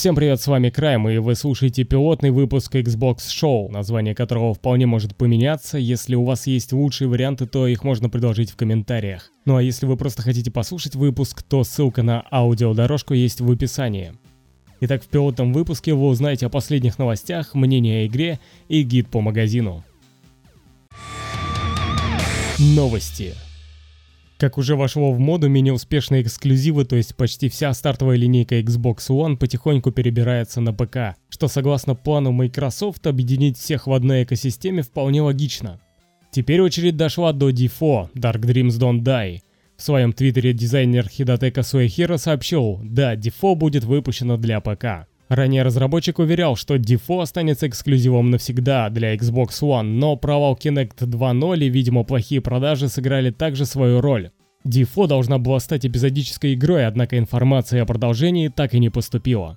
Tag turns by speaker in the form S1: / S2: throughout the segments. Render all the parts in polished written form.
S1: Всем привет, с вами Крайм, и вы слушаете пилотный выпуск Xbox Show, название которого вполне может поменяться. Если у вас есть лучшие варианты, то их можно предложить в комментариях. Ну а если вы просто хотите послушать выпуск, то ссылка на аудиодорожку есть в описании. Итак, в пилотном выпуске вы узнаете о последних новостях, мнении о игре и гид по магазину. Новости. Как уже вошло в моду, менее успешные эксклюзивы, то есть почти вся стартовая линейка Xbox One потихоньку перебирается на ПК, что согласно плану Microsoft объединить всех в одной экосистеме вполне логично. Теперь очередь дошла до Defoe, Dark Dreams Don't Die. В своем твиттере дизайнер Hidetaka Suehiro сообщил, да, Defoe будет выпущено для ПК. Ранее разработчик уверял, что Defoe останется эксклюзивом навсегда для Xbox One, но провал Kinect 2.0 и, видимо, плохие продажи сыграли также свою роль. Defoe должна была стать эпизодической игрой, однако информация о продолжении так и не поступила.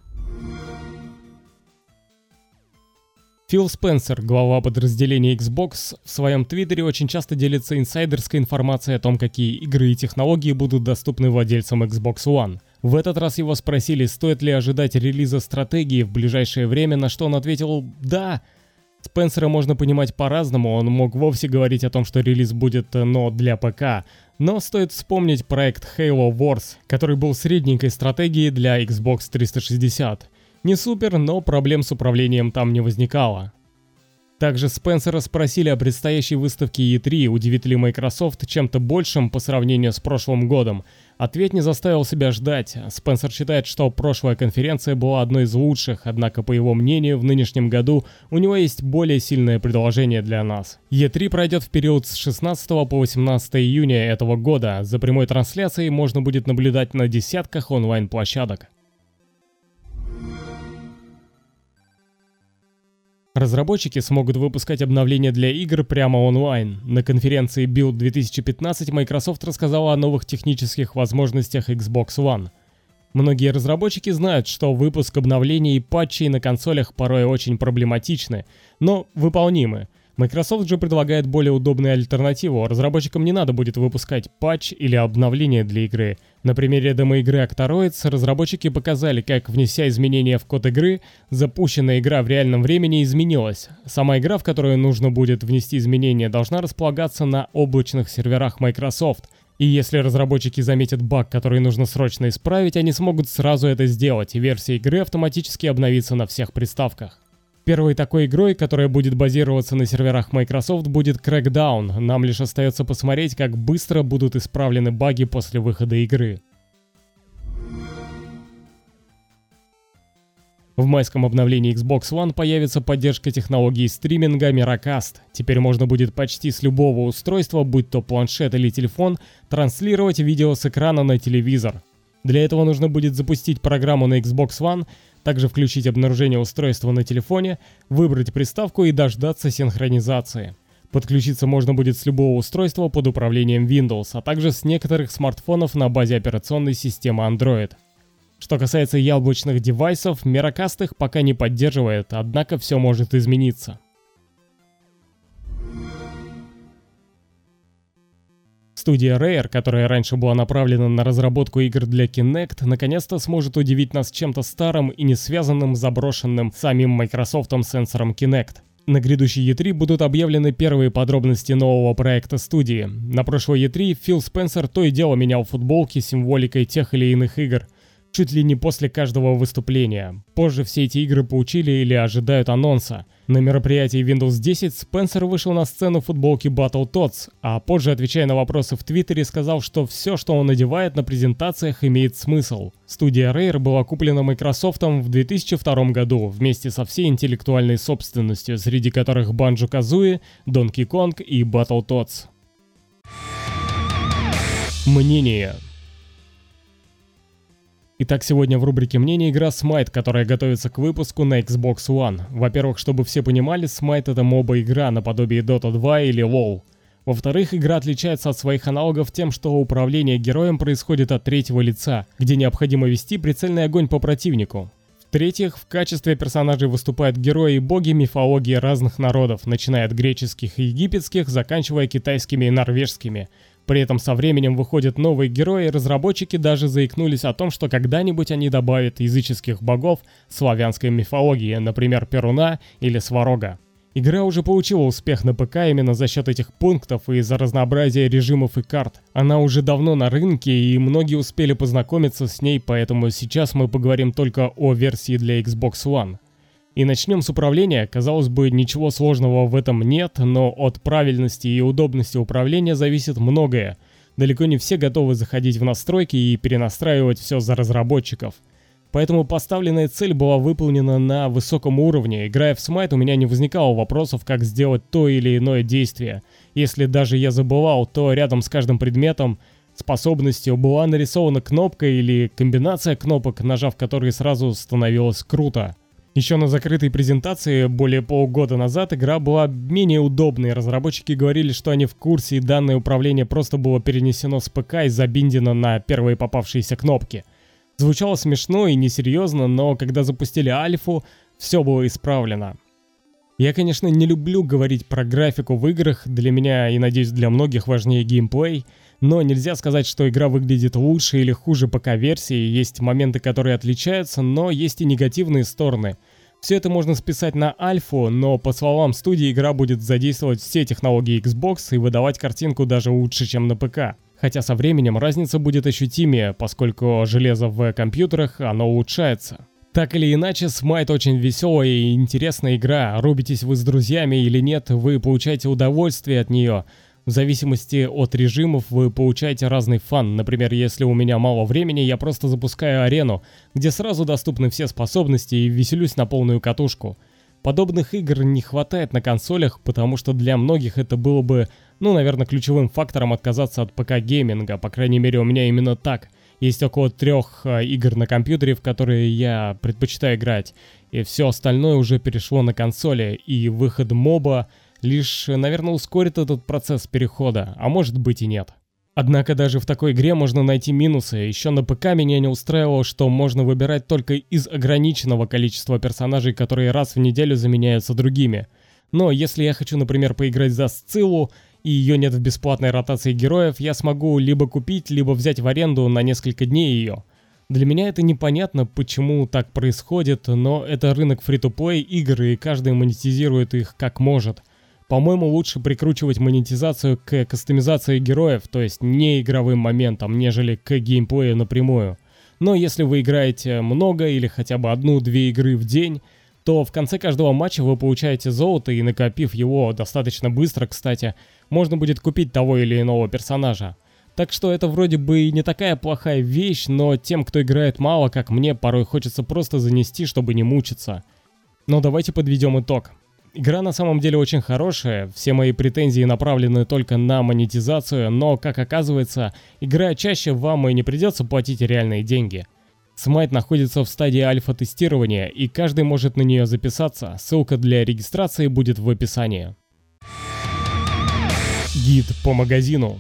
S1: Фил Спенсер, глава подразделения Xbox, в своем твиттере очень часто делится инсайдерской информацией о том, какие игры и технологии будут доступны владельцам Xbox One. В этот раз его спросили, стоит ли ожидать релиза стратегии в ближайшее время, на что он ответил «да». Спенсера можно понимать по-разному, он мог вовсе говорить о том, что релиз будет, но для ПК. Но стоит вспомнить проект Halo Wars, который был средненькой стратегией для Xbox 360. Не супер, но проблем с управлением там не возникало. Также Спенсера спросили о предстоящей выставке E3, удивит ли Microsoft чем-то большим по сравнению с прошлым годом. Ответ не заставил себя ждать. Спенсер считает, что прошлая конференция была одной из лучших, однако, по его мнению, в нынешнем году у него есть более сильное предложение для нас. E3 пройдет в период с 16 по 18 июня этого года. За прямой трансляцией можно будет наблюдать на десятках онлайн-площадок. Разработчики смогут выпускать обновления для игр прямо онлайн. На конференции Build 2015 Microsoft рассказала о новых технических возможностях Xbox One. Многие разработчики знают, что выпуск обновлений и патчей на консолях порой очень проблематичны, но выполнимы. Microsoft же предлагает более удобную альтернативу. Разработчикам не надо будет выпускать патч или обновление для игры. На примере демо-игры Actoroids разработчики показали, как, внеся изменения в код игры, запущенная игра в реальном времени изменилась. Сама игра, в которую нужно будет внести изменения, должна располагаться на облачных серверах Microsoft. И если разработчики заметят баг, который нужно срочно исправить, они смогут сразу это сделать, и версия игры автоматически обновится на всех приставках. Первой такой игрой, которая будет базироваться на серверах Microsoft, будет Crackdown. Нам лишь остается посмотреть, как быстро будут исправлены баги после выхода игры. В майском обновлении Xbox One появится поддержка технологии стриминга Miracast. Теперь можно будет почти с любого устройства, будь то планшет или телефон, транслировать видео с экрана на телевизор. Для этого нужно будет запустить программу на Xbox One, также включить обнаружение устройства на телефоне, выбрать приставку и дождаться синхронизации. Подключиться можно будет с любого устройства под управлением Windows, а также с некоторых смартфонов на базе операционной системы Android. Что касается яблочных девайсов, Miracast их пока не поддерживает, однако все может измениться. Студия Rare, которая раньше была направлена на разработку игр для Kinect, наконец-то сможет удивить нас чем-то старым и не связанным с заброшенным самим Microsoft сенсором Kinect. На грядущей E3 будут объявлены первые подробности нового проекта студии. На прошлой E3 Фил Спенсер то и дело менял футболки с символикой тех или иных игр, чуть ли не после каждого выступления. Позже все эти игры получили или ожидают анонса. На мероприятии Windows 10 Спенсер вышел на сцену в футболке Battletoads, а позже, отвечая на вопросы в Твиттере, сказал, что все, что он надевает на презентациях, имеет смысл. Студия Rare была куплена Microsoft в 2002 году вместе со всей интеллектуальной собственностью, среди которых Banjo-Kazooie, Donkey Kong и Battletoads. Мнение. Итак, сегодня в рубрике «Мнение» игра Smite, которая готовится к выпуску на Xbox One. Во-первых, чтобы все понимали, Smite — это моба-игра наподобие Dota 2 или WoW. Во-вторых, игра отличается от своих аналогов тем, что управление героем происходит от третьего лица, где необходимо вести прицельный огонь по противнику. В-третьих, в качестве персонажей выступают герои и боги мифологии разных народов, начиная от греческих и египетских, заканчивая китайскими и норвежскими. При этом со временем выходят новые герои, и разработчики даже заикнулись о том, что когда-нибудь они добавят языческих богов славянской мифологии, например, Перуна или Сварога. Игра уже получила успех на ПК именно за счет этих пунктов и из-за разнообразия режимов и карт. Она уже давно на рынке, и многие успели познакомиться с ней, поэтому сейчас мы поговорим только о версии для Xbox One. И начнем с управления. Казалось бы, ничего сложного в этом нет, но от правильности и удобности управления зависит многое. Далеко не все готовы заходить в настройки и перенастраивать все за разработчиков. Поэтому поставленная цель была выполнена на высоком уровне. Играя в Smite, у меня не возникало вопросов, как сделать то или иное действие. Если даже я забывал, то рядом с каждым предметом, способностью была нарисована кнопка или комбинация кнопок, нажав которые сразу становилось круто. Еще на закрытой презентации более полугода назад игра была менее удобной. Разработчики говорили, что они в курсе, и данное управление просто было перенесено с ПК и забиндено на первые попавшиеся кнопки. Звучало смешно и несерьезно, но когда запустили альфу, все было исправлено. Я, конечно, не люблю говорить про графику в играх, для меня и, надеюсь, для многих важнее геймплей, но нельзя сказать, что игра выглядит лучше или хуже ПК-версии, есть моменты, которые отличаются, но есть и негативные стороны. Все это можно списать на альфу, но по словам студии игра будет задействовать все технологии Xbox и выдавать картинку даже лучше, чем на ПК. Хотя со временем разница будет ощутимее, поскольку железо в компьютерах, оно улучшается. Так или иначе, Smite очень веселая и интересная игра. Рубитесь вы с друзьями или нет, вы получаете удовольствие от нее. В зависимости от режимов вы получаете разный фан. Например, если у меня мало времени, я просто запускаю арену, где сразу доступны все способности и веселюсь на полную катушку. Подобных игр не хватает на консолях, потому что для многих это было бы, наверное, ключевым фактором отказаться от ПК-гейминга. По крайней мере, у меня именно так. Есть около 3 игр на компьютере, в которые я предпочитаю играть. И все остальное уже перешло на консоли, и выход моба лишь, наверное, ускорит этот процесс перехода, а может быть и нет. Однако даже в такой игре можно найти минусы. Еще на ПК меня не устраивало, что можно выбирать только из ограниченного количества персонажей, которые раз в неделю заменяются другими. Но если я хочу, например, поиграть за Сциллу, и ее нет в бесплатной ротации героев, я смогу либо купить, либо взять в аренду на несколько дней ее. Для меня это непонятно, почему так происходит, но это рынок фри-то-плей игр, и каждый монетизирует их как может. По-моему, лучше прикручивать монетизацию к кастомизации героев, то есть не игровым моментам, нежели к геймплею напрямую. Но если вы играете много или хотя бы 1-2 игры в день, то в конце каждого матча вы получаете золото, и накопив его достаточно быстро, кстати, можно будет купить того или иного персонажа. Так что это вроде бы и не такая плохая вещь, но тем, кто играет мало, как мне, порой хочется просто занести, чтобы не мучиться. Но давайте подведем итог. Игра на самом деле очень хорошая, все мои претензии направлены только на монетизацию, но, как оказывается, играя чаще, вам и не придется платить реальные деньги. Smite находится в стадии альфа-тестирования, и каждый может на нее записаться, ссылка для регистрации будет в описании. Гид по магазину.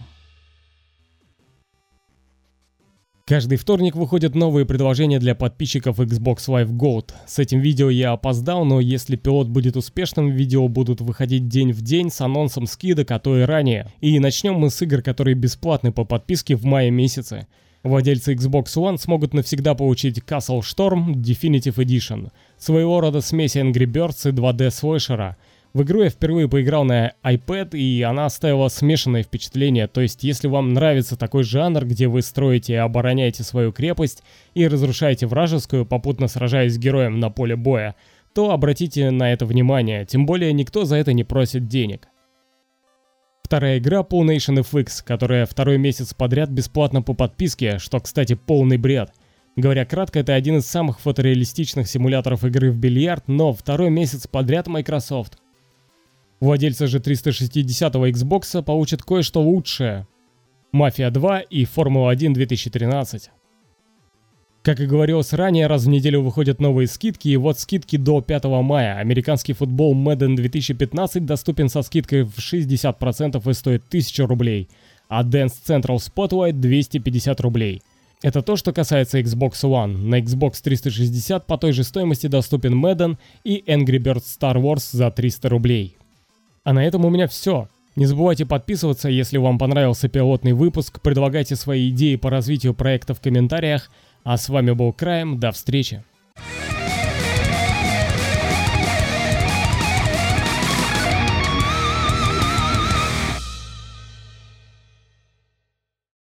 S1: Каждый вторник выходят новые предложения для подписчиков Xbox Live Gold. С этим видео я опоздал, но если пилот будет успешным, видео будут выходить день в день с анонсом скидок, а то и ранее. И начнем мы с игр, которые бесплатны по подписке в мае месяце. Владельцы Xbox One смогут навсегда получить Castle Storm Definitive Edition, своего рода смесь Angry Birds и 2D-слэшера. В игру я впервые поиграл на iPad, и она оставила смешанное впечатление, то есть если вам нравится такой жанр, где вы строите и обороняете свою крепость и разрушаете вражескую, попутно сражаясь с героем на поле боя, то обратите на это внимание, тем более никто за это не просит денег. Вторая игра Polnation FX, которая второй месяц подряд бесплатно по подписке, что, кстати, полный бред. Говоря кратко, это один из самых фотореалистичных симуляторов игры в бильярд, но второй месяц подряд Microsoft. Владельцы же 360-го Xbox получат кое-что лучшее. Mafia 2 и Формула-1 2013. Как и говорилось ранее, раз в неделю выходят новые скидки, и вот скидки до 5 мая. Американский футбол Madden 2015 доступен со скидкой в 60% и стоит 1000 рублей, а Dance Central Spotlight 250 рублей. Это то, что касается Xbox One. На Xbox 360 по той же стоимости доступен Madden и Angry Birds Star Wars за 300 рублей. А на этом у меня все. Не забывайте подписываться, если вам понравился пилотный выпуск, предлагайте свои идеи по развитию проекта в комментариях. А с вами был Крайм, до встречи!